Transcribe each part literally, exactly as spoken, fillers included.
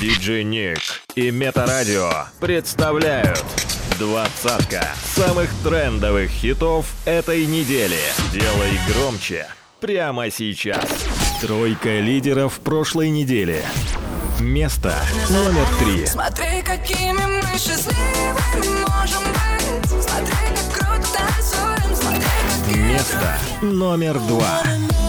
диджей Ник и Метарадио представляют двадцатка самых трендовых хитов этой недели. Делай громче прямо сейчас. Тройка лидеров прошлой недели. Место номер три. Смотри, какими мы счастливыми можем быть. Смотри, как круто танцуем. Смотри, как Место номер два.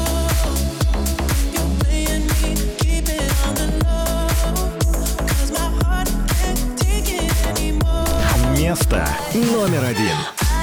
Место номер один.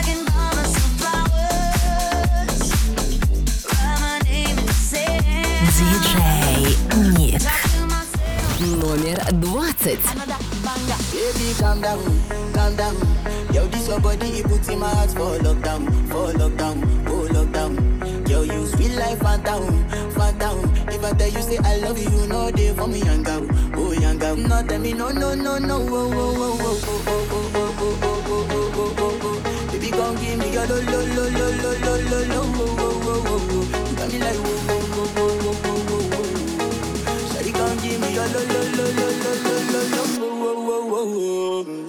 диджей Ник. Номер двадцать. Baby, calm down, calm down. Yo, this your body, it puts in my heart for lockdown, for lockdown, oh lockdown. Yo, you sweet like phantom, phantom. If I tell you say I love you, you know they for me young girl, oh young girl. No tell me no, no, no, no, oh, oh, oh, oh, oh, oh, oh, oh, oh, oh, oh, oh, oh. Baby, come give me your lo, lo, lo, lo, lo, lo, lo, lo, oh, oh, oh, oh, oh. You got me like oh, oh, oh, oh, oh, oh, oh, oh. Shawty, come give me your lo, lo, lo, lo, lo, lo, lo, lo, oh, oh, oh, oh, oh.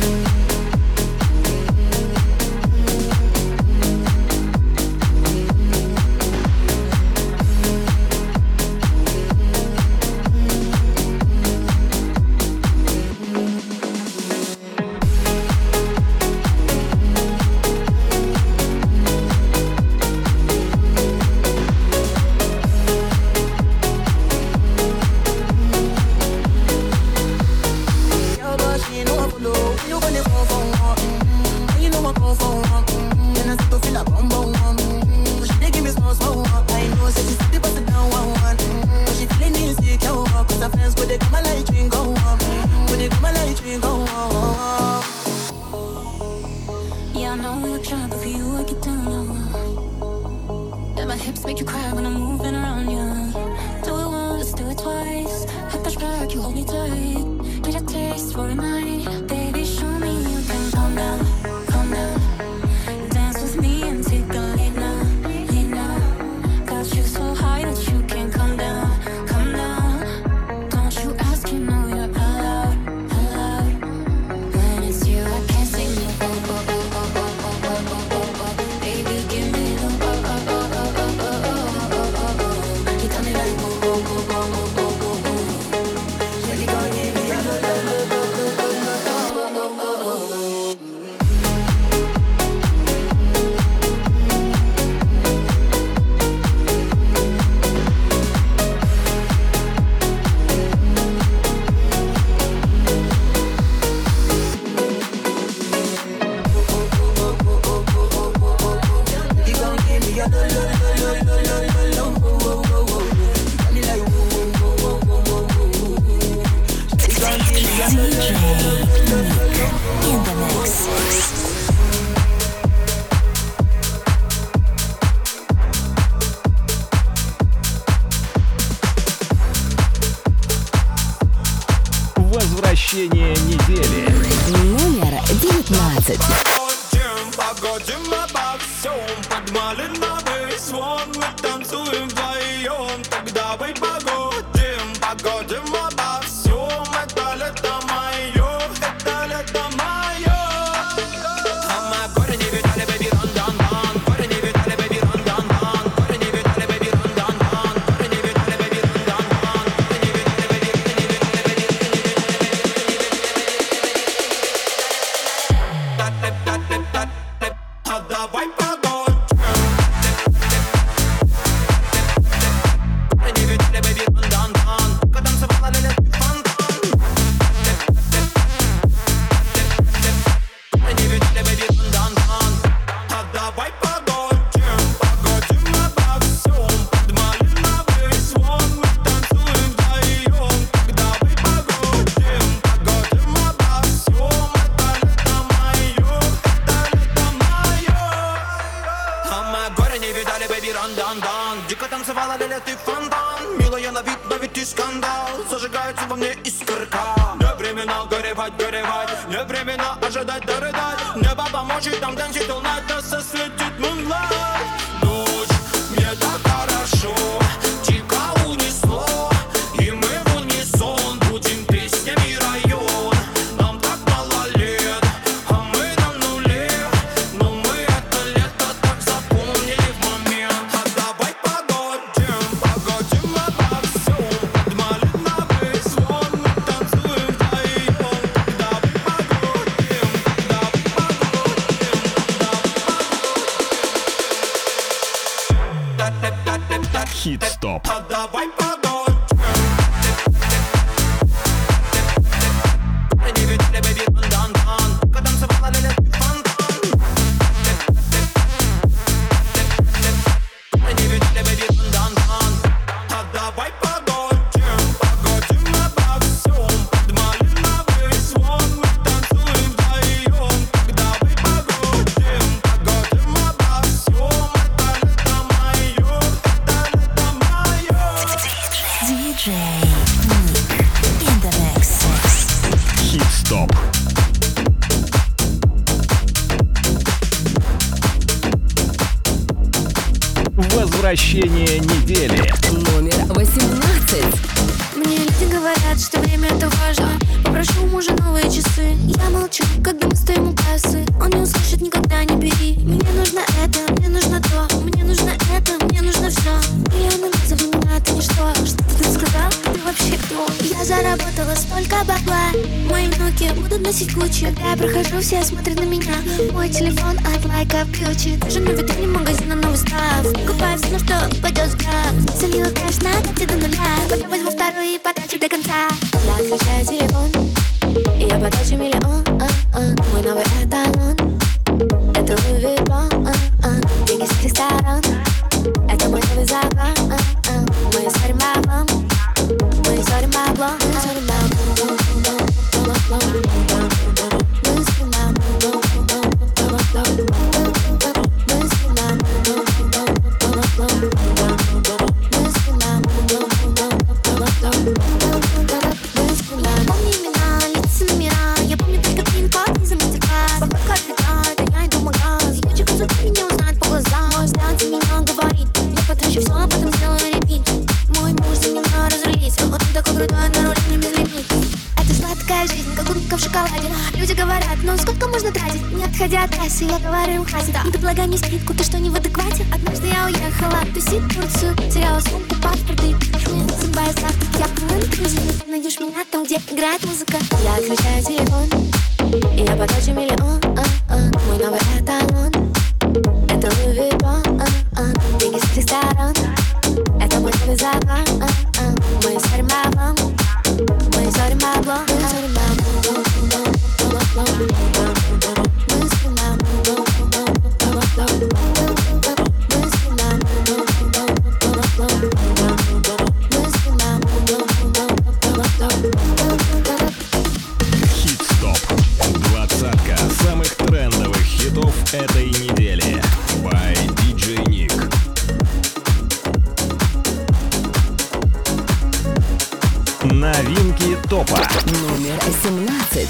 Возвращение недели. Номер девятнадцать. Погодим обо всем, подмалим на весь вон. Мы танцуем вдвоем, тогда вы погодим. Погодим обо всем, это лето мое, это лето мое. А мы горе не видали, baby, ран-дан-дан. Горе не видали, baby, ран-дан-дан. Горе не видали, baby, ран-дан-дан. Горе не видали, baby, ран-дан-дан. Горе не видали, baby, горе не видали, baby. А давай погодим. Не видели, baby, ран-дан-дан. Когда танцевала лилия, ты фонтан. Не видели, baby, ран-дан-дан. А давай погодим. Погодим обо всем, подмалим на весь звон. Мы танцуем вдвоем, когда вы погодим. Погодим обо всем, это лето мое, это лето мое. А мы горе не видали, baby, ран-дан-дан. Дико танцевала лилия, ты фонтан. Милая на вид, но ведь и скандал. Зажигается во мне искорка. Не времена горевать, горевать. Не времена ожидать, дорыдать. Небо поможет нам танцить all night. Да сосветит moonlight. Ночь, мне так хорошо. Дико унесло. И мы в унисон будем петь Хит-стоп. Возвращение недели. Номер восемнадцать. Мне люди говорят, что время это важно. Попрошу у мужа новые часы. Я молчу, когда мы стоим у кассы. Он не услышит, никогда не бери. Мне нужно это, мне нужно то. Мне нужно это, мне нужно все. Миллионы за меня это ничто. Что ты сказал? Ты вообще кто? Я заработала столько бабла. Мои внуки будут носить Гуччи. Когда я прохожу, все смотрят на меня. Мой телефон от лайка включит. Даже на витрине магазина новый став. Купаю все, на что пойдет взгляд. Залила кэш на карте до нуля. Потом возьму вторую и потрачу до конца. Я отключаю телефон, и я потрачу миллион. а, а. Мой новый эталон, это Луи Виттон. а, а. Деньги с ресторан, это мой новый закон. а, а. Мы сорим баблом, мы сорим баблом, мы сорим баблом. Мы сорим баблом. Помни имена, лица, номера. Я помню только пин-код, не за мастер-класс. Покупка отлетает, а я иду в магаз. Ключик от сутки меня узнает по глазам. Мой взгляд за меня говорит. Я потрачу все, а потом сделаю репит. Мой муж за меня разрулится. Он такой крутой, на руле не безлимит. Это сладкая жизнь, как губка в шоколаде. Люди говорят, ну сколько можно тратить? Не отходя от трассы, я говорю им хватит. Не предлагай мне скидку, ты что, не в адеквате? Однажды я уехала тусить в Турцию. Теряла сумку, паспорты. Судьба из завтра, я плыву на круизе. Ты найдешь меня там, где играет музыка. Я отключаю телефон, и я потрачу миллион. а, а. Мой новый эталон, это Луи Виттон. а, а. Деньги с ресторан, это мой новый закон. а, а. Мы сорим баблом, мы сорим баблом, мы сорим баблом. Мы сорим баблом. Хит-стоп. Двадцатка самых трендовых хитов этой недели. By ди джей Nick. Новинки топа. Номер семнадцать.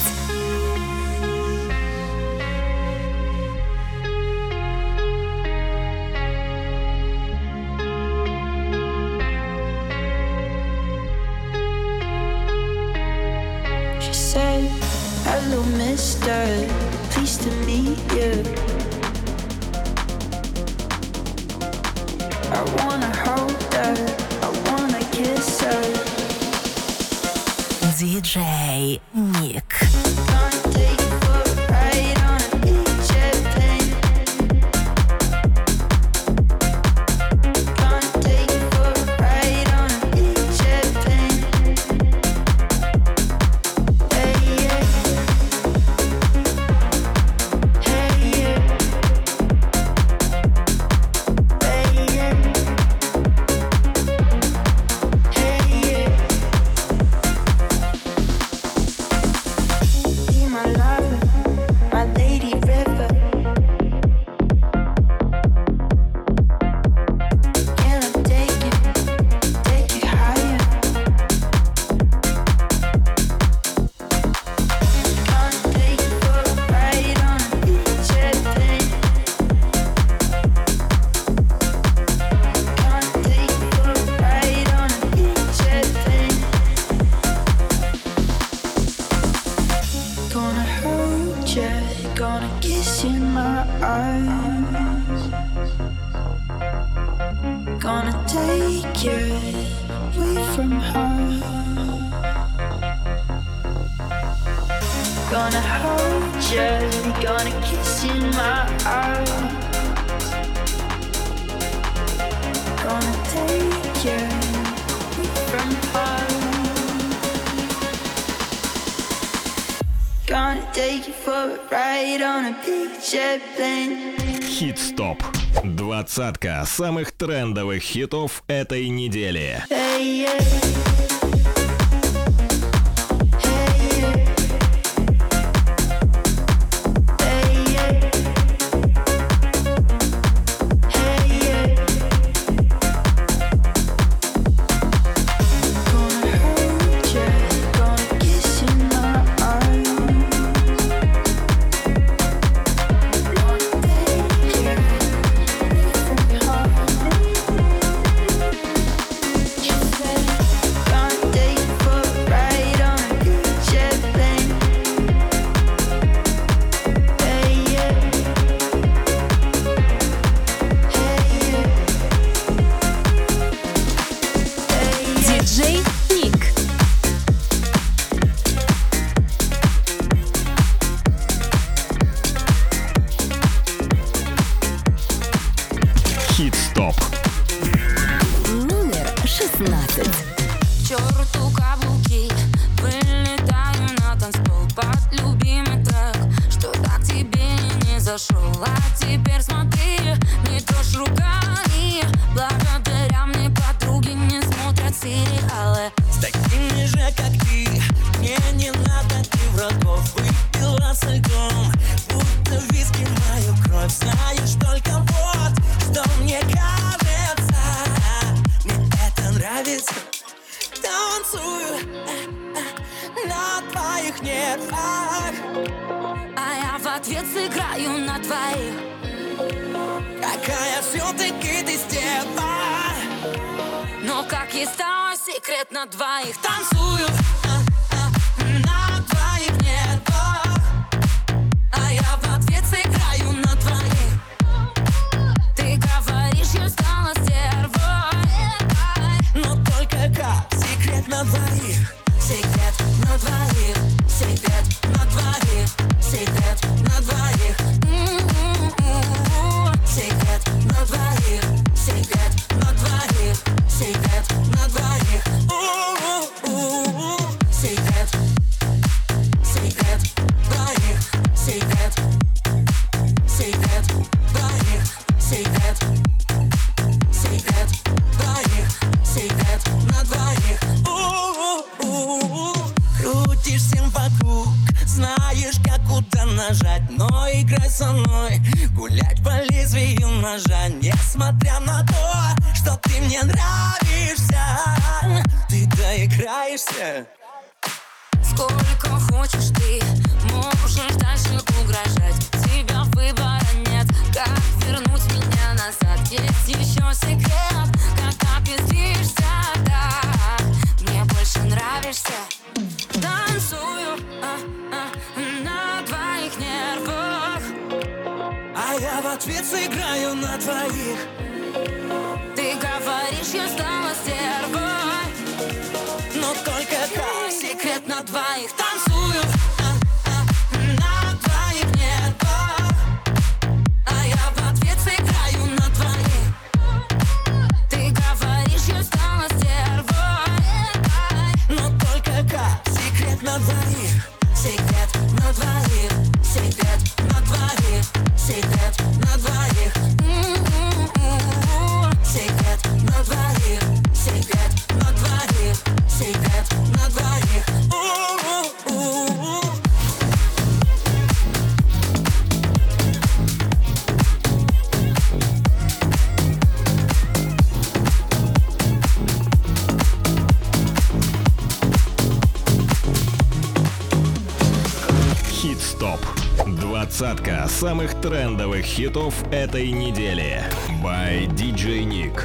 She said, hello mister, pleased to meet you. I wanna hold her, I wanna kiss her. ди джей Nick. Gonna take you for a ride on a big jet plane. Gonna take you for a ride on a big jet plane. Hey yeah, hey yeah, hey yeah, hey yeah. Be my lover, my lady river. Can I take you, take you higher? Gonna take you for a ride on a big jet plane. Gonna take you for a ride on a big jet plane. Gonna hold ya, gonna kiss you in my arms. Gonna take you away from home. Gonna hold ya, gonna kiss you in my arms. Gonna take you away from home. Gonna take you for a ride on a big jet plane. Хит-стоп. Двадцатка самых трендовых хитов этой недели. Hey, yeah. Hey, yeah. Hey, yeah. Hey, yeah. Gonna hold ya, gonna kiss you in my arms. каблуки, вылетаю на танцпол под любимый трек, что так тебе не зашел. А теперь смотри, не трожь руками, благодаря мне подруги не смотрят сериалы. С такими же, как ты, мне не надо ты врагов. Выпила со льдом, будто виски мою кровь. Знаешь только вот, что мне кажется, мне это нравится. Танцую на твоих нервах, а я в ответ сыграю на твоих. какая все-таки ты стерва. Но как есть стало секрет на двоих. Танцую на твоих нервах, а я в ответ сыграю на твоих. Ты говоришь, я стала стервой, но только как секрет на двоих. секрет на двоих, секрет на двоих, секрет на двоих. М-м-м-м. Секрет на двоих, секрет на двоих, секрет на двоих. У-у-у-у. Секрет, секрет двоих, секрет, секрет двоих, секрет, секрет двоих, секрет на двоих. У-у-у-у. Крутишь всем вокруг, знаешь, как куда нажать, но играй со мной, гулять по лезвию ножа. Несмотря на то, что ты мне нравишься, ты доиграешься. Сколько хочешь ты, можешь дальше угрожать. Тебя выбора нет, как вернуть меня назад. Есть еще секрет, когда пиздишься так. Мне больше нравишься. Танцую а, а, на твоих нервах, А я в ответ сыграю на твоих. ты говоришь, я стала стервой, Но только как секрет на двоих. Танцую на твоих нервах, а я в ответ сыграю на двоих. Ты говоришь, я стала стервой, но только как секрет на двоих. секрет на двоих, секрет на двоих, секрет на двоих. М-м-м-м. Секрет на двоих, секрет на двоих, секрет на двоих. У-у-у-у. Хит-стоп. Двадцатка самых трендовых хитов этой недели. By ди джей Nick.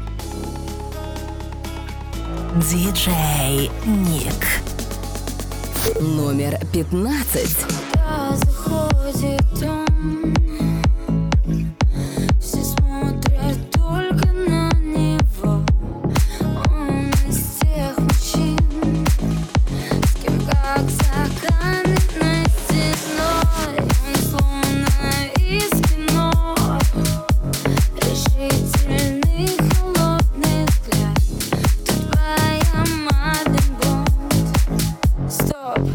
Диджей Ник. Номер пятнадцать. Когда заходит он, все смотрят только на него. Он из тех мужчин, с кем как за каменной стеной. Он словно из кино, решительный холодный взгляд. Тут твоя Мадлен Бонд. Стоп,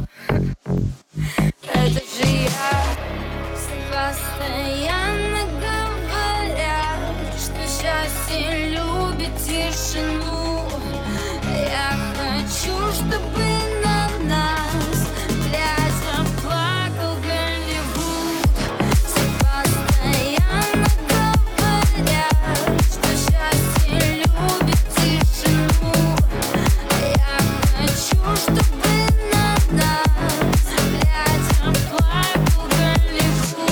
это же я. Все постоянно говорят, что счастье любит тишину. Я хочу, чтобы на нас глядя плакал Голливуд. Все постоянно говорят, что счастье любит тишину. Я хочу, чтобы на нас глядя плакал Голливуд.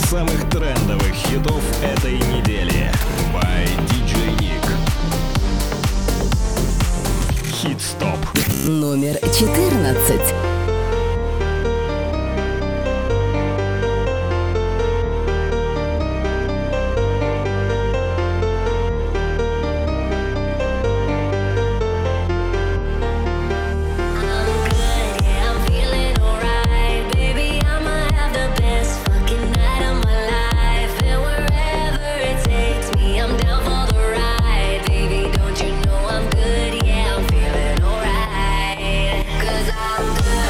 самых трендовых хитов этой недели. By ди джей Nick. Хит-стоп. Номер четырнадцать. I'm good.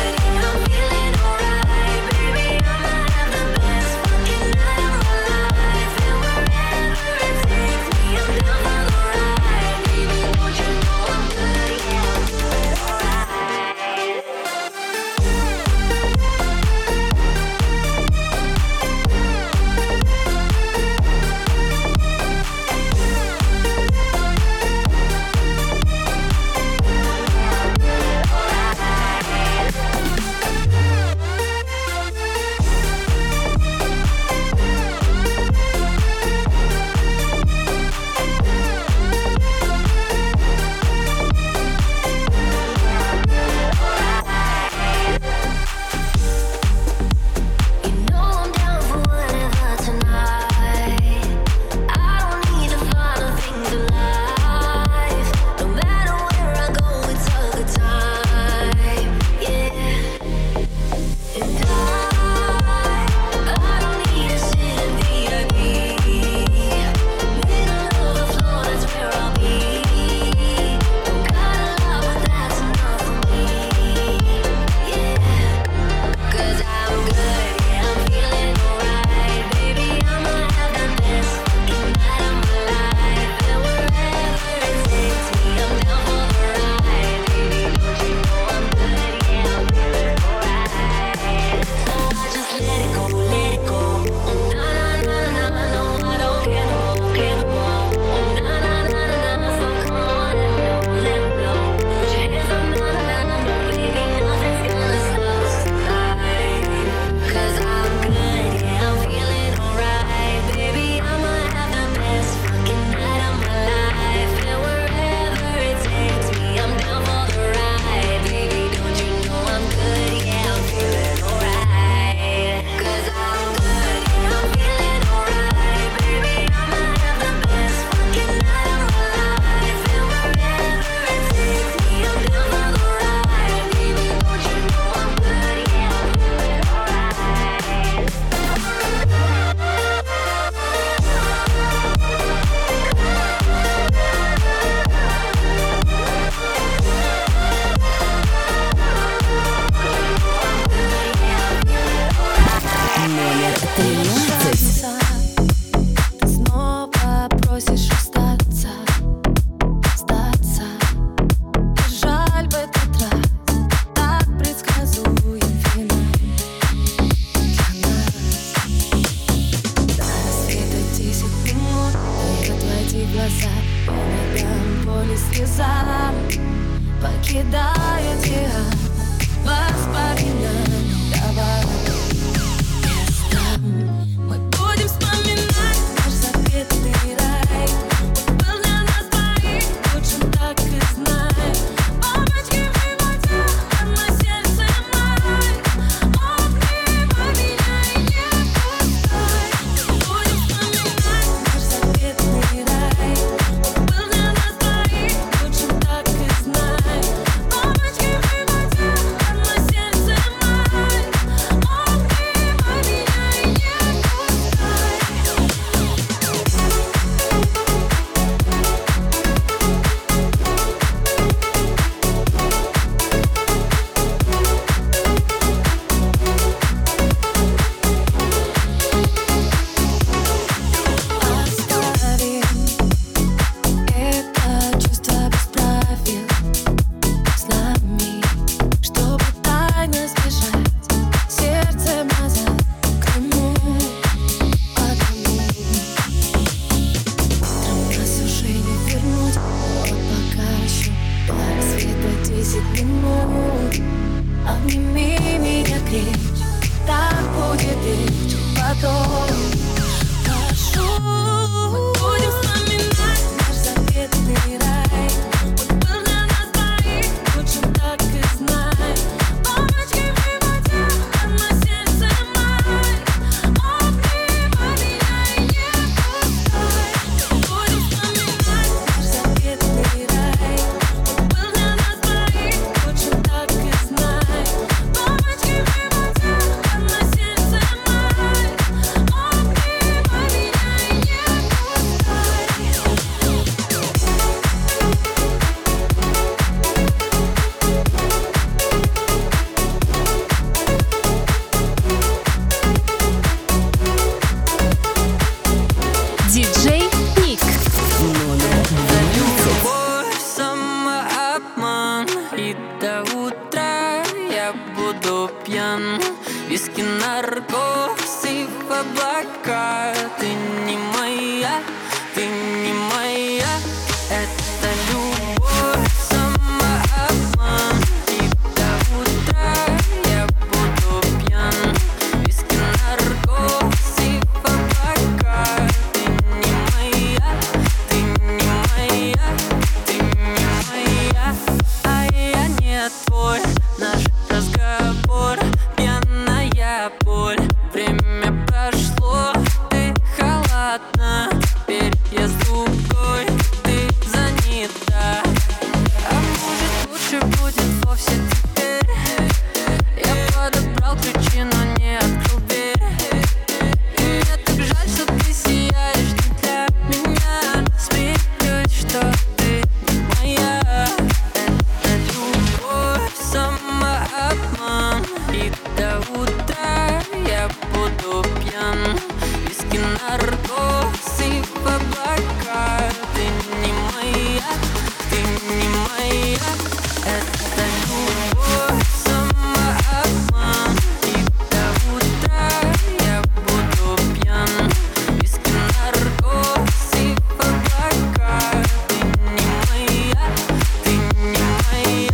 пока ты не моя, ты не моя. Это любовь, самообман. И до утра я буду пьян. Виски, наркоз и пока ты не моя, ты не моя, ты не моя. А я не твой, наш разговор пьяная боль. Время прошло, ты холодна. Теперь я с другой, ты занята. А может лучше будет вовсе теперь. Я подобрал ключи, но не открыл дверь. И мне так жаль, что ты сияешь не для меня. Смеюсь, что ты не моя. Это любовь, самообман. И до утра я буду пьян. Виски, наркоз и в облака. Ты не моя, ты не моя. Это любовь, самообман. И до утра я буду пьян. Виски, наркоз и в облака. Ты не моя, ты не моя.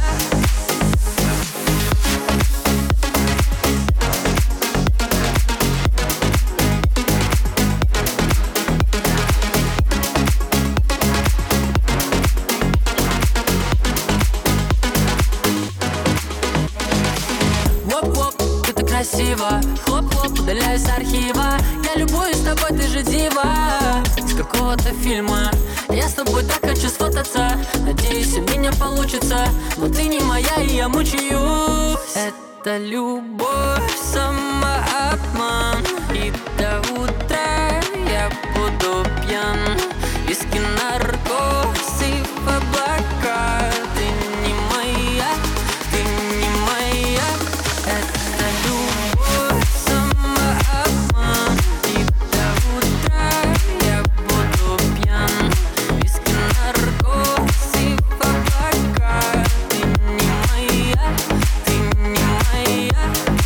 Воп-воп, ты так красиво. Хлоп-хлоп, удаляюсь с архива. Я любуюсь тобой, ты же дива с какого-то фильма. Я с тобой так хочу сфотаться. Надеюсь, у меня получится. Но ты не моя, и я мучаюсь. Это любовь, самообман. И до утра я буду пьян. Виски, наркоз и в облака. Ты не моя, ты не моя. Это любовь, самообман. И до утра я буду пьян. Виски, наркоз и в облака. Ты не моя, ты не моя.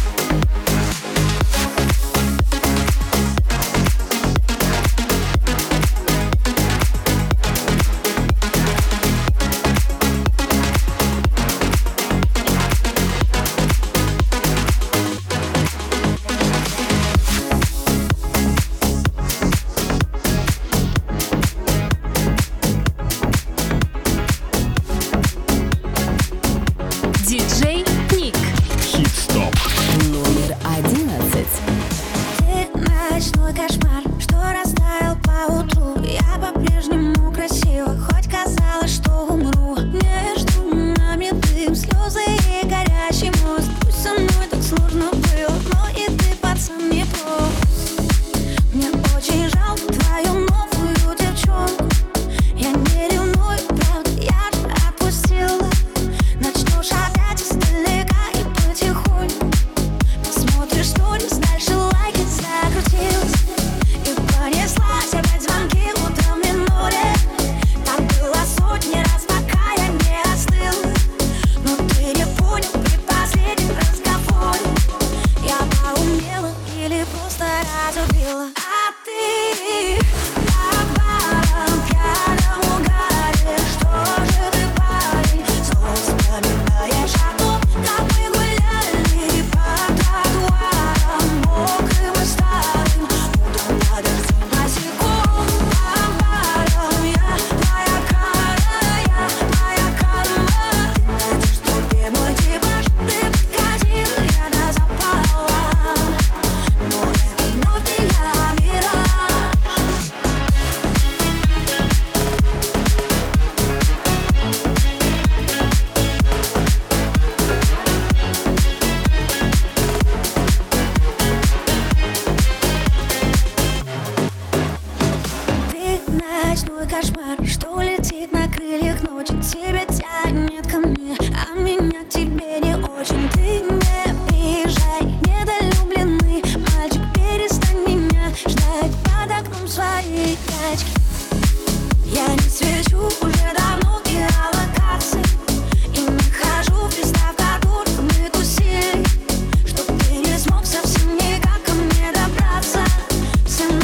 Диджей Ник. Хит-стоп. Номер одиннадцать. Ты ночной кошмар, что растаял по утру. Я по-прежнему красива, хоть казалось, что умру. Между нами дым, слезы и горячий мост. Пусть со мной так сложно было, но и ты, пацан, не прост. Мне очень жалко твою новую девчонку. Я не ревную, правда, я же отпустила. Начнешь опять издалека и потихоньку. Посмотришь сторис, дальше лайки закрутилась. И понеслась опять звонки утром в минуре. Так было сотни раз, пока я не остыла. Но ты не понял при последнем разговоре. Я поумнела или просто разубила. А ты на барном пьяном угаре. Что же ты, парень, снова вспоминаешь о том, как мы гуляли по тротуарам мокрым и старым. Утром на дождь босиком по барам. Я твоя кара, я твоя карма. Ты найдешь себе мой типаж. Ты подкатил, я до запала. Но это вновь не я, мираж. Ты ночной кошмар, что летит на крыльях ночи. Тебя тянет ко мне, а меня к тебе не очень. Ты не приезжай, недолюбленный мальчик. Перестань меня ждать под окном своей тачки. Я не свечу уже давно геолокации. И не хожу в места, в которых мы тусили. Чтоб ты не смог совсем никак ко мне добраться. Все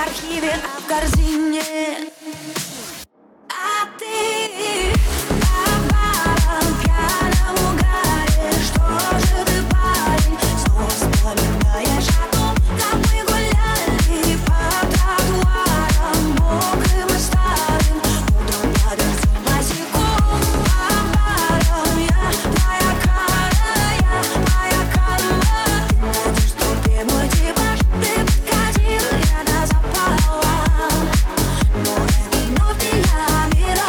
архиве, а в корзине. А ты на баром пьяном угаре. Что же ты, парень, снова вспоминаешь о том, как мы гуляли по тротуарам мокрым и старым. Утром подождем босиком по барам. Я твоя кара, я твоя кара. Ты знаешь, что ты мой типаж. Ты подкатил, я на запала. Но это вновь не я, мира.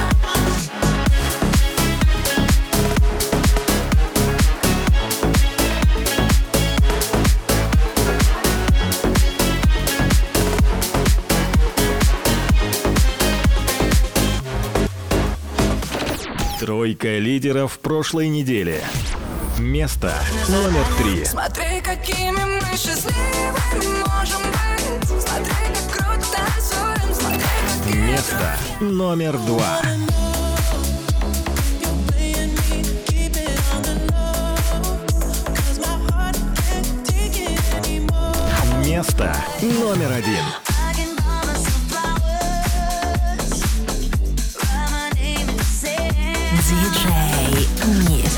Тройка лидеров прошлой недели. Место номер три. Смотри, какими мы счастливыми можем быть. Смотри, как круто танцуем. Смотри, какие Место номер два. Место номер один. Диджей Ник.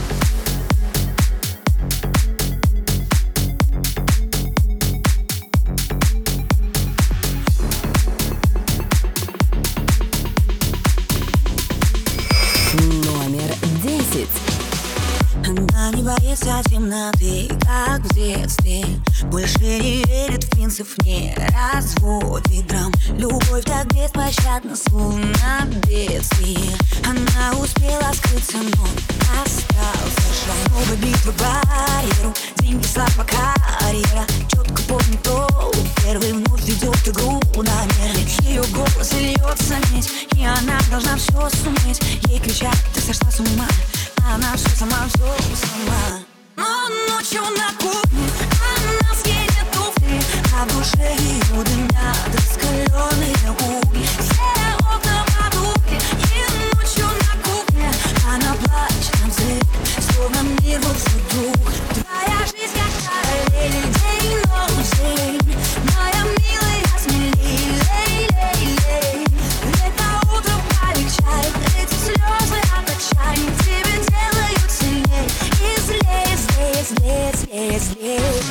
Номер десять. Она не боится темноты, как в детстве. Больше не верит в принцип, не разводит драм. Любовь так беспощадна, словно бедствие. Она успела скрыться, но остался шаг. Снова битва барьеру, деньги, слава, карьера. Четко помню толк, первый вновь ведет игру намеренно. Ее голос льется медь, и она должна все суметь. Ей кричат, ты сошла с ума. Она все сама, все сама. Но ночью на кухне она съедет туфли, а в душе ее дымят раскаленные угли. Все окна потухли, и ночью на кухне она плачет на взрыв, словно мир вот дух. Твоя жизнь как параллель, день, ночь, день. Моя милая, смелей, лей, лей, лей. Это утро полегчает, эти слезы от отчаяния тебе делают сильней. И злей, злей, злей, злей, злей.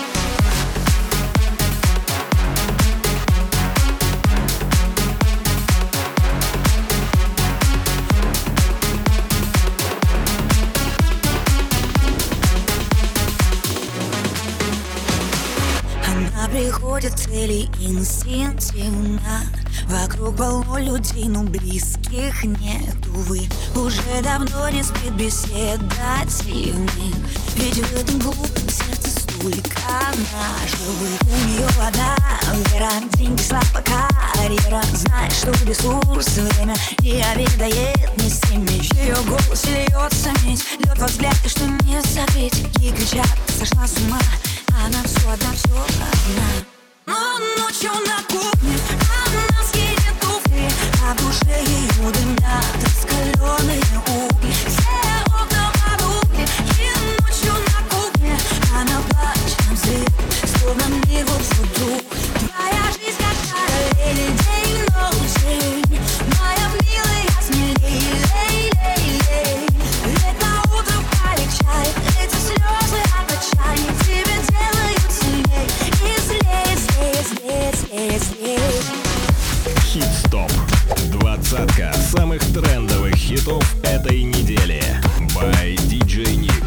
Она приходит к цели инстинктивно. Вокруг полно людей, но близких нет, увы. Уже давно не спит беседа дивных. Ведь в этом глупом сердце столько наживы. У нее вода, вера, деньги, слава, карьера. Знает, что ресурс, время не обедает ни с теми. Ее голос льется медь, лед во взгляд, и что не согреть. Ей кричат, ты сошла с ума. Она все одна, все одна. Но ночью на кухне она съедет туфли, а в душе ее дымят раскаленные угли. Все окна потухли, и ночью на кухне она плачет на взрыв, словно мир вот вдруг. Твоя жизнь как параллель, день, ночь, день. Моя милая, смелей, лей, лей, лей. Это утро полегчает, эти слезы от отчаяния тебе делают сильней. И злей, злей, злей, злей, злей. Хит-стоп. Двадцатка самых трендовых хитов этой недели. By диджей Ник.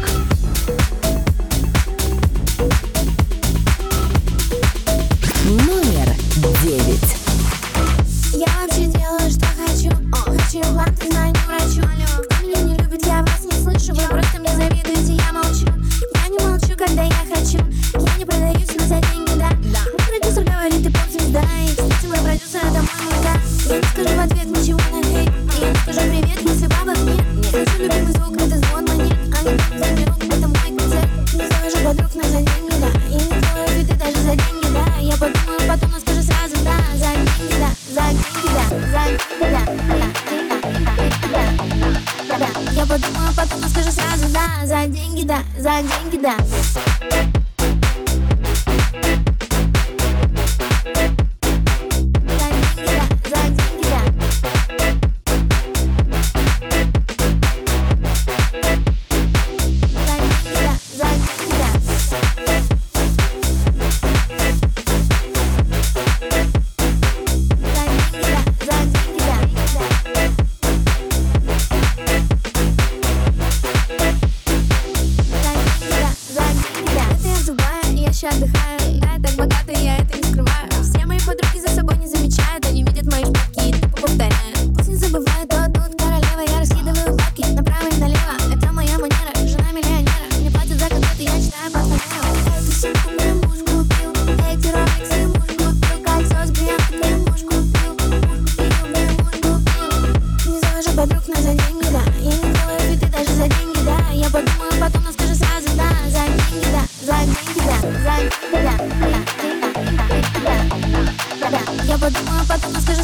Номер девять. Я вообще делаю, что хочу. Хочу вам, ты знаю, не врачу. Кто меня не любит, я вас не слышу. Вы просто мне завидуете, я молчу. Я не молчу, когда я хочу. Я не продаюсь, но за деньги, да. Мой продюсер говорит, ты поп-звезда. И, кстати, мой продюсер, это мой мой, да. Я не скажу в ответ ничего на хейт. И я не скажу привет, если бабок нет. Не хочу любить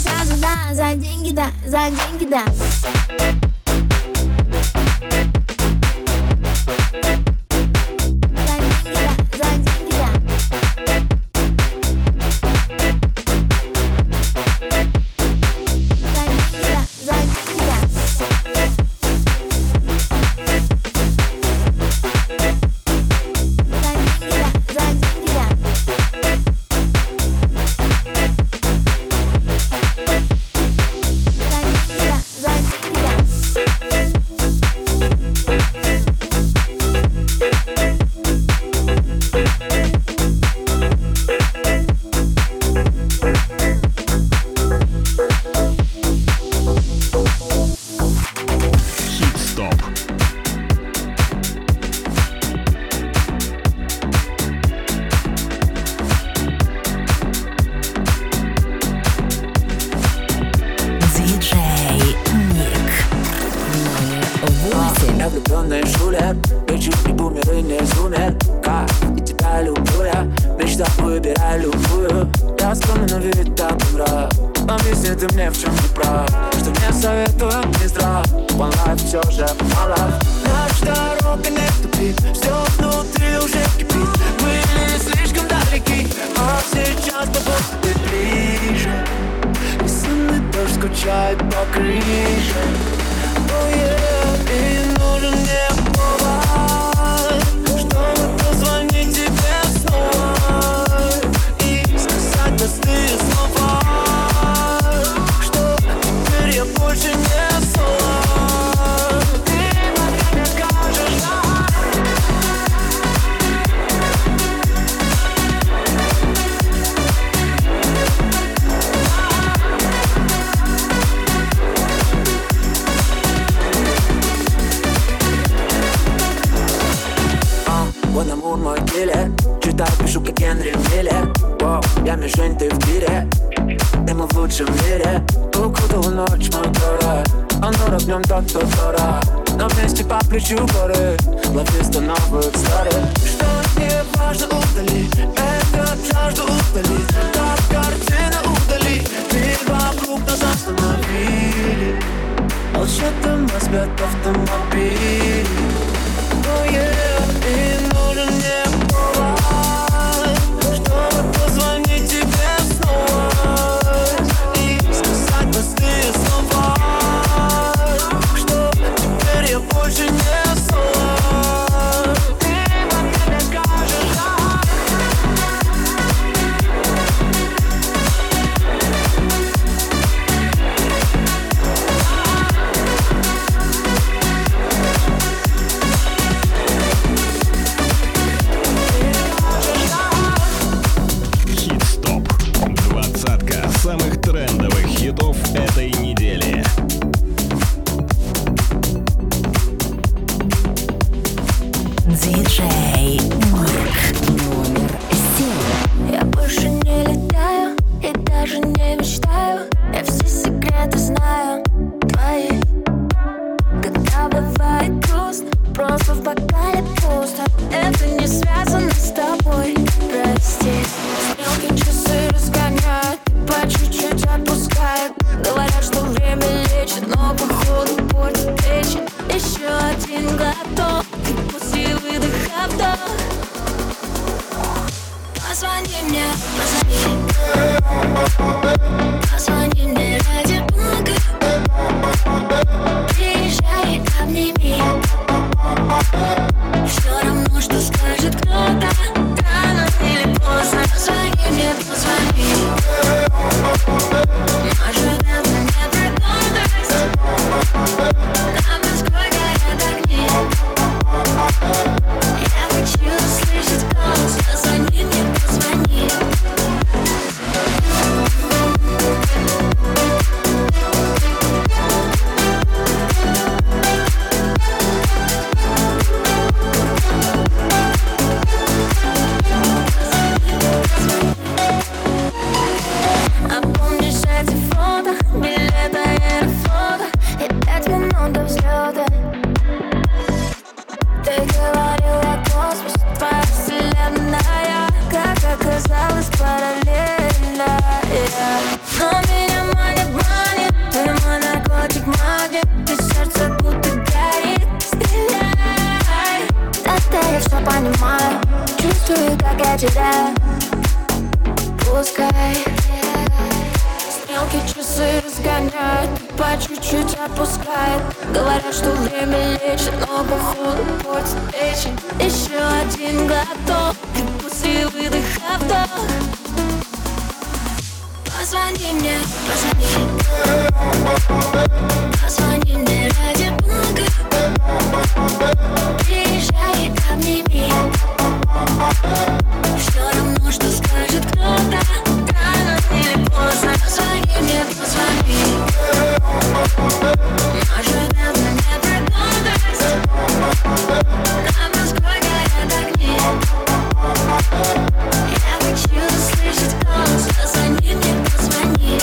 сразу да, за деньги да, за деньги да. Влюбленные шулер, вечер и бумеры не зумер. Как и тебя люблю я, мечта выбирай любую. Я скромный, но ведь так умра. Объясни ты мне, в чем не прав, что мне советуют не здрав. One life все же мало. Наша дорога не тупик, все внутри уже кипит. Были слишком далеки, а сейчас побудь ближе. И сонный дождь скучает по крыше. Oh yeah, и нужен мне повод, чтобы позвонить тебе снова и сказать простые слова, что теперь я больше не соло. Ты мне скажешь да. Вот Амур мой дилер, читаю, пишу как Генри Миллер. Воу, я мишень, ты в тире, и мы в лучшем мире. Укутала ночь мой город, он огнем тот, кто дорог. Но вместе по плечу горы, лови становят старых. Что не важно, удали, этот жажду удали. Так картина удали, мир вокруг нас остановили. Молчат дома, спят автомобили. Oh yeah, и нужен мне повод, чтобы позвонить тебе снова и сказать простые слова, что теперь я больше не соло. Ты мне скажешь да. Стрелки часы разгоняют, по чуть-чуть отпускает. Говорят, что время лечит, но походу портит печень. Еще один глоток, и после выдоха вдох. Позвони мне, позвони. Позвони мне ради бога. Приезжай, обними. Все равно, что скажет кто-то. Рано или поздно. Позвони мне, позвони. Может, это не пригодность. Нам насколько горят огни. Я хочу услышать голос. Позвони мне, позвони.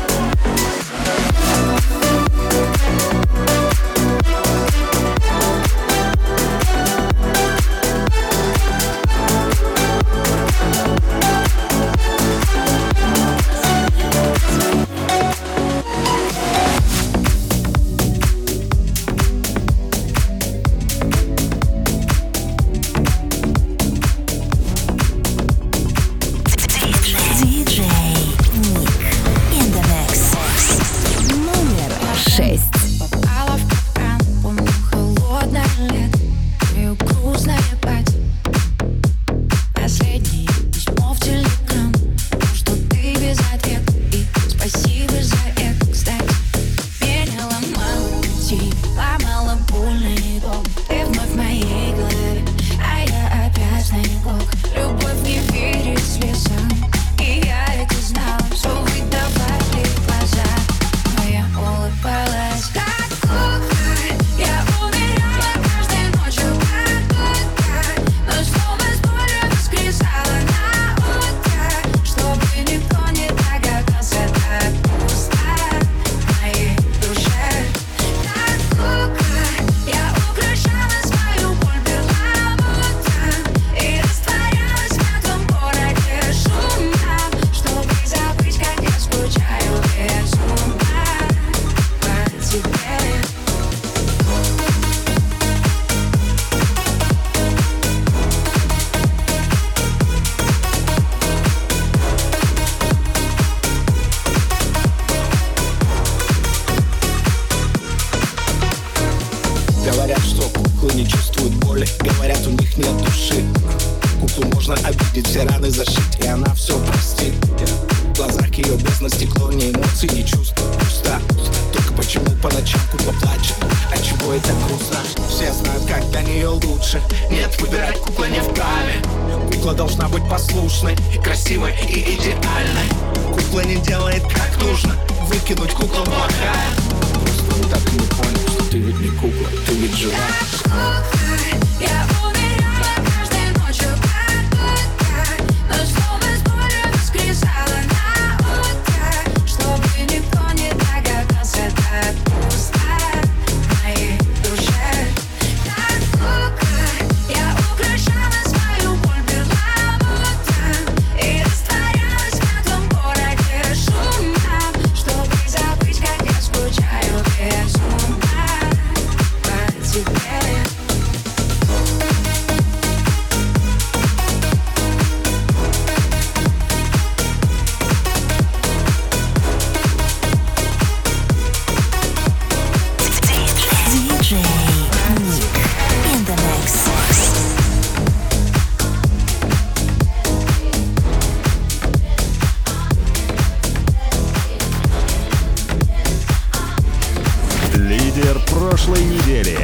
Прошлой недели.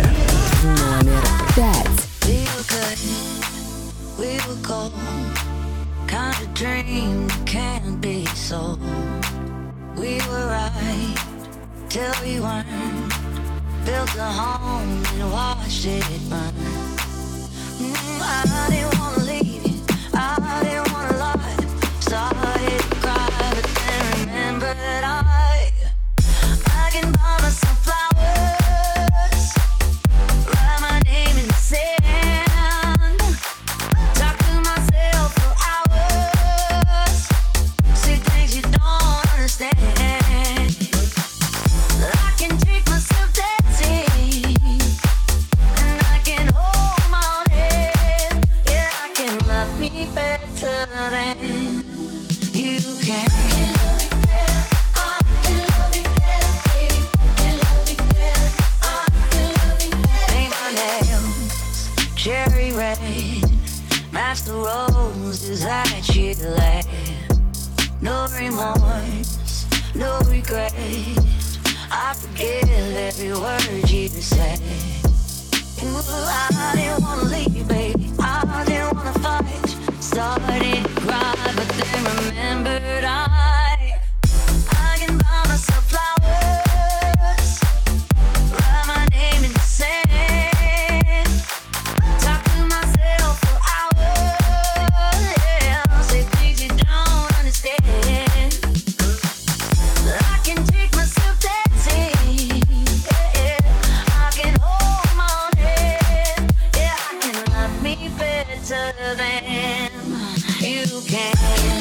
Номер пять. We were good, we were gold. Kind of dream that can't be sold. We were right till we weren't. Built a home and watched it burn. Mm, I didn't wanna leave you, I didn't wanna lie. Started to cry, but then remembered I I can buy myself flowers. Yeah. no remorse, no regret. I forgive every word you said. Ooh, I didn't wanna leave, baby. I didn't wanna fight. Started to cry, but then remembered I I can buy myself flowers, write my name in the sand, talk to myself for hours, yeah, say things you don't understand. I can take myself dancing, yeah, I can hold my hand, yeah, I can love me better than you can.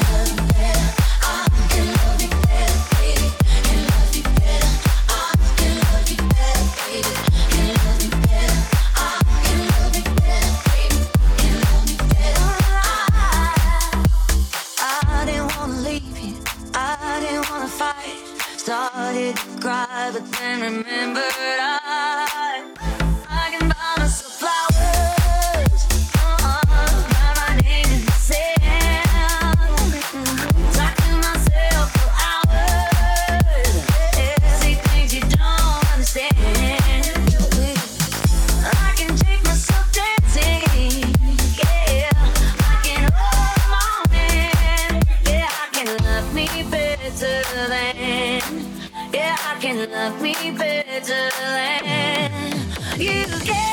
Started to cry, but then remembered I I can buy myself flowers, uh-uh, write my name in the sand, talk to myself for hours, yeah, say things you don't understand. I can take myself dancing, yeah, I can hold my hand, yeah, I can love me better than, yeah, I can love me better than you can.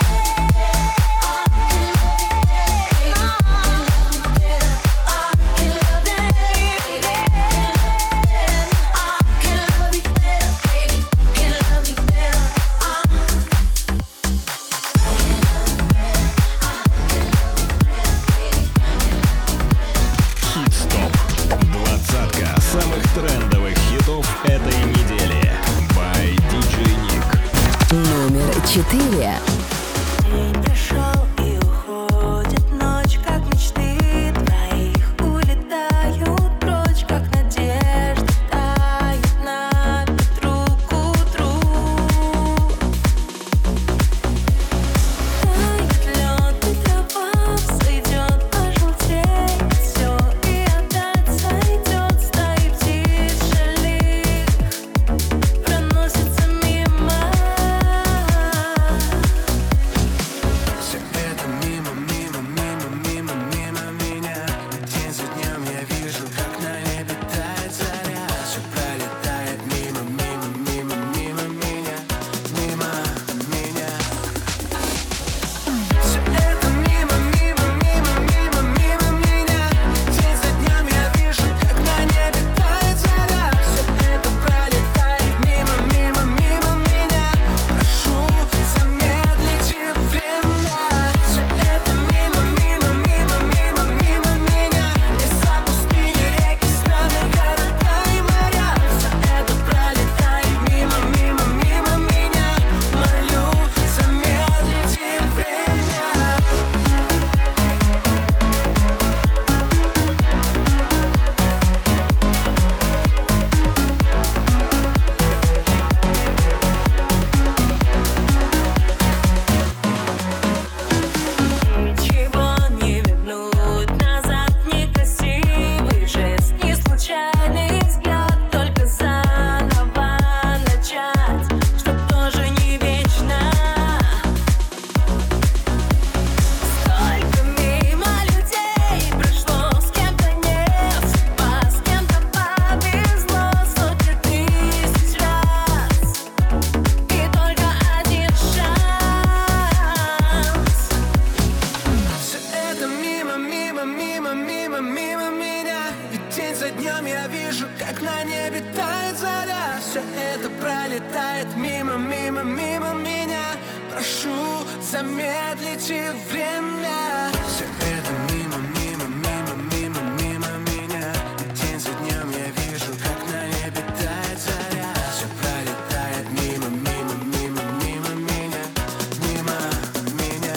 Хит-стоп. Двадцатка самых трендовых хитов этой недели. By ди джей Nick. Номер четыре. День прошел и уходит ночь, как мечты твоих улетают прочь, как надежда тает на ветру к утру. Тает лед, и трава взойдет, пожелтеет все, и опять сойдет стаи птиц шалик, проносится мимо. Все это мимо, мимо, мимо, мимо, мимо меня. День за днем я вижу, как на небе тает заря. Все пролетает мимо, мимо, мимо, мимо меня, мимо меня. Все это мимо, мимо, мимо, мимо, мимо меня. День за днем я вижу, как на небе тает заря. Все это пролетает мимо, мимо, мимо меня. Прошу, замедлите время. Все это мимо, мимо, мимо, мимо, мимо меня. Леса, пустыни, реки, страны, города и моря. Все это пролетает мимо, мимо, мимо меня. Молю, замедлите время. Ничего не вернуть назад, некрасивый жест, не случайный взгляд, только заново начать, что тоже не вечно. Столько мимо людей прошло, с кем-то нет судьба, с кем-то повезло сотни тысяч раз, и только один шанс. Все это мимо, мимо, мимо, мимо, мимо меня. Ведь день за днем я вижу, как на небе тает заря. Все это пролетает мимо, мимо, мимо меня. Прошу, замедлите время. Все это мимо, мимо, мимо, мимо, мимо меня. Ведь день за днем я вижу, как на небе тает заря. Все пролетает мимо, мимо, мимо, мимо меня, мимо меня.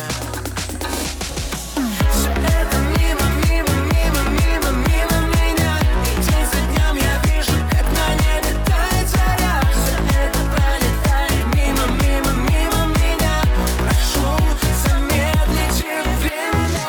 Все это мимо, мимо, мимо, мимо, мимо меня. И день за днем я вижу, как на небе тает заря. Все это пролетает мимо, мимо, мимо меня. Прошу, замедлите время.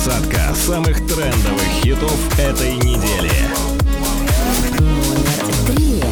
Двадцатка самых трендовых хитов этой недели. Номер три.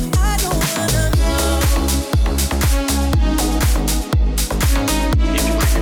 If you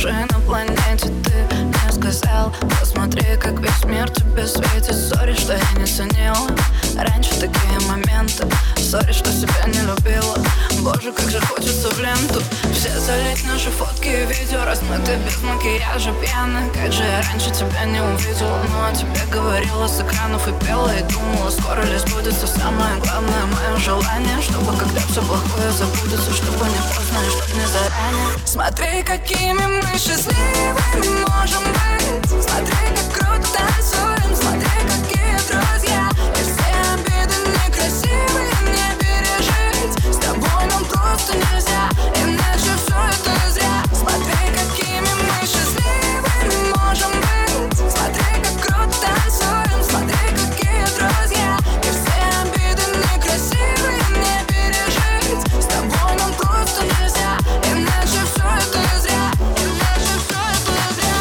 души на планете. Ты мне сказал, посмотри, как весь мир тебе светит. Сори, что я не ценила раньше такие моменты. Сори, что себя не любила. Боже, как же хочется в ленту все залить наши фотки и видео. Размыты без макияжа, пьяны. Как же я раньше тебя не увидела. Ну, а тебе говорила с экранов и пела. И думала, скоро ли сбудется самое главное мое желание. Чтобы когда все плохое забудется, чтобы не поздно и чтобы не заранее. Смотри, какими мы счастливыми можем быть. Смотри, как круто танцуем. Смотри, какие друзья. И все обиды некрасивые не пережить. С тобой нам просто нельзя, иначе все это зря. Смотри, какими мы счастливыми можем быть. Смотри, как круто танцуем. Смотри, какие друзья. И все обиды некрасивые не пережить. С тобой нам просто нельзя, иначе все это зря. Иначе все это зря.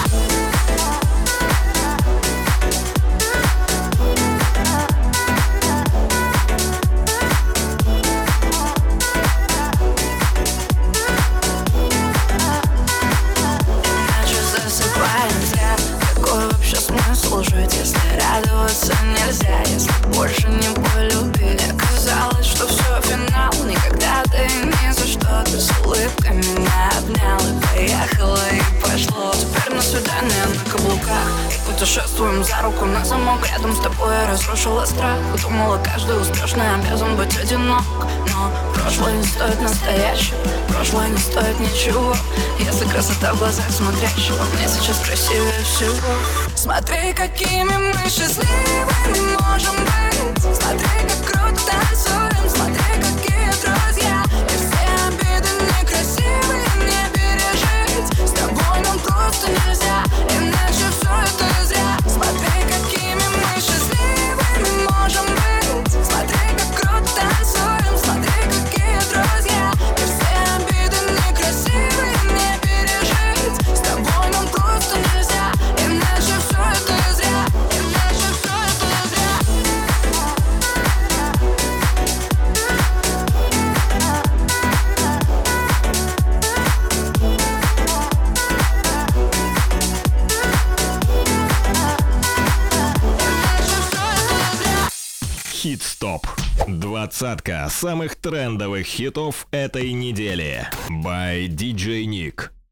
Иначе засыпаем зря. Какой вообще смысл жить, если радоваться нельзя? Если больше не полюбили. Казалось, что все финал. Никогда ты ни за что. Ты с улыбкой меня обнял и поехала, и пошло. Теперь на свидание на каблуках. И путешествуем за руку на замок. Рядом с тобой я разрушила страх. Думала, каждый успешный обязан быть одинок. Но прошлое не стоит настоящего. Прошлое не стоит ничего, если красота в глазах смотрящего. Мне сейчас красивее всего. Смотри, какими мы счастливыми можем быть. Смотри, как круто танцуем. Смотри, какие друзья. И все обиды некрасивые не пережить. С тобой нам просто нельзя, иначе все это зря. Смотри, какими мы счастливыми можем быть. Смотри, как круто танцуем. Смотри, какие друзья. И все обиды некрасивые не пережить. С тобой нам просто нельзя, иначе все это зря. Иначе все это зря. Хит-стоп. Двадцатка самых трендовых хитов этой недели. By ди джей Nick.